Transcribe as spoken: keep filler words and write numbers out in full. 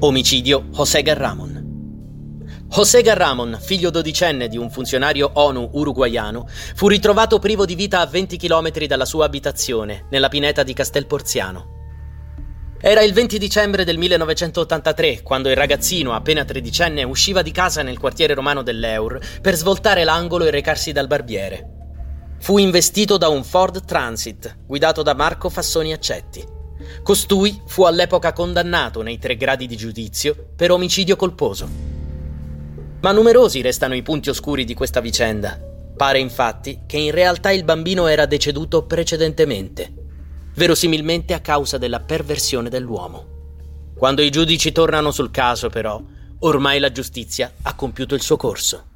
Omicidio José Garramon. José Garramon, figlio dodicenne di un funzionario ONU uruguaiano, fu ritrovato privo di vita a venti chilometri dalla sua abitazione, nella pineta di Castel Porziano. Era il venti dicembre del millenovecentottantatré, quando il ragazzino, appena tredicenne, usciva di casa nel quartiere romano dell'Eur per svoltare l'angolo e recarsi dal barbiere. Fu investito da un Ford Transit, guidato da Marco Fassoni Accetti. Costui fu all'epoca condannato nei tre gradi di giudizio per omicidio colposo. Ma numerosi restano i punti oscuri di questa vicenda. Pare infatti che in realtà il bambino era deceduto precedentemente, verosimilmente a causa della perversione dell'uomo. Quando i giudici tornano sul caso, però, ormai la giustizia ha compiuto il suo corso.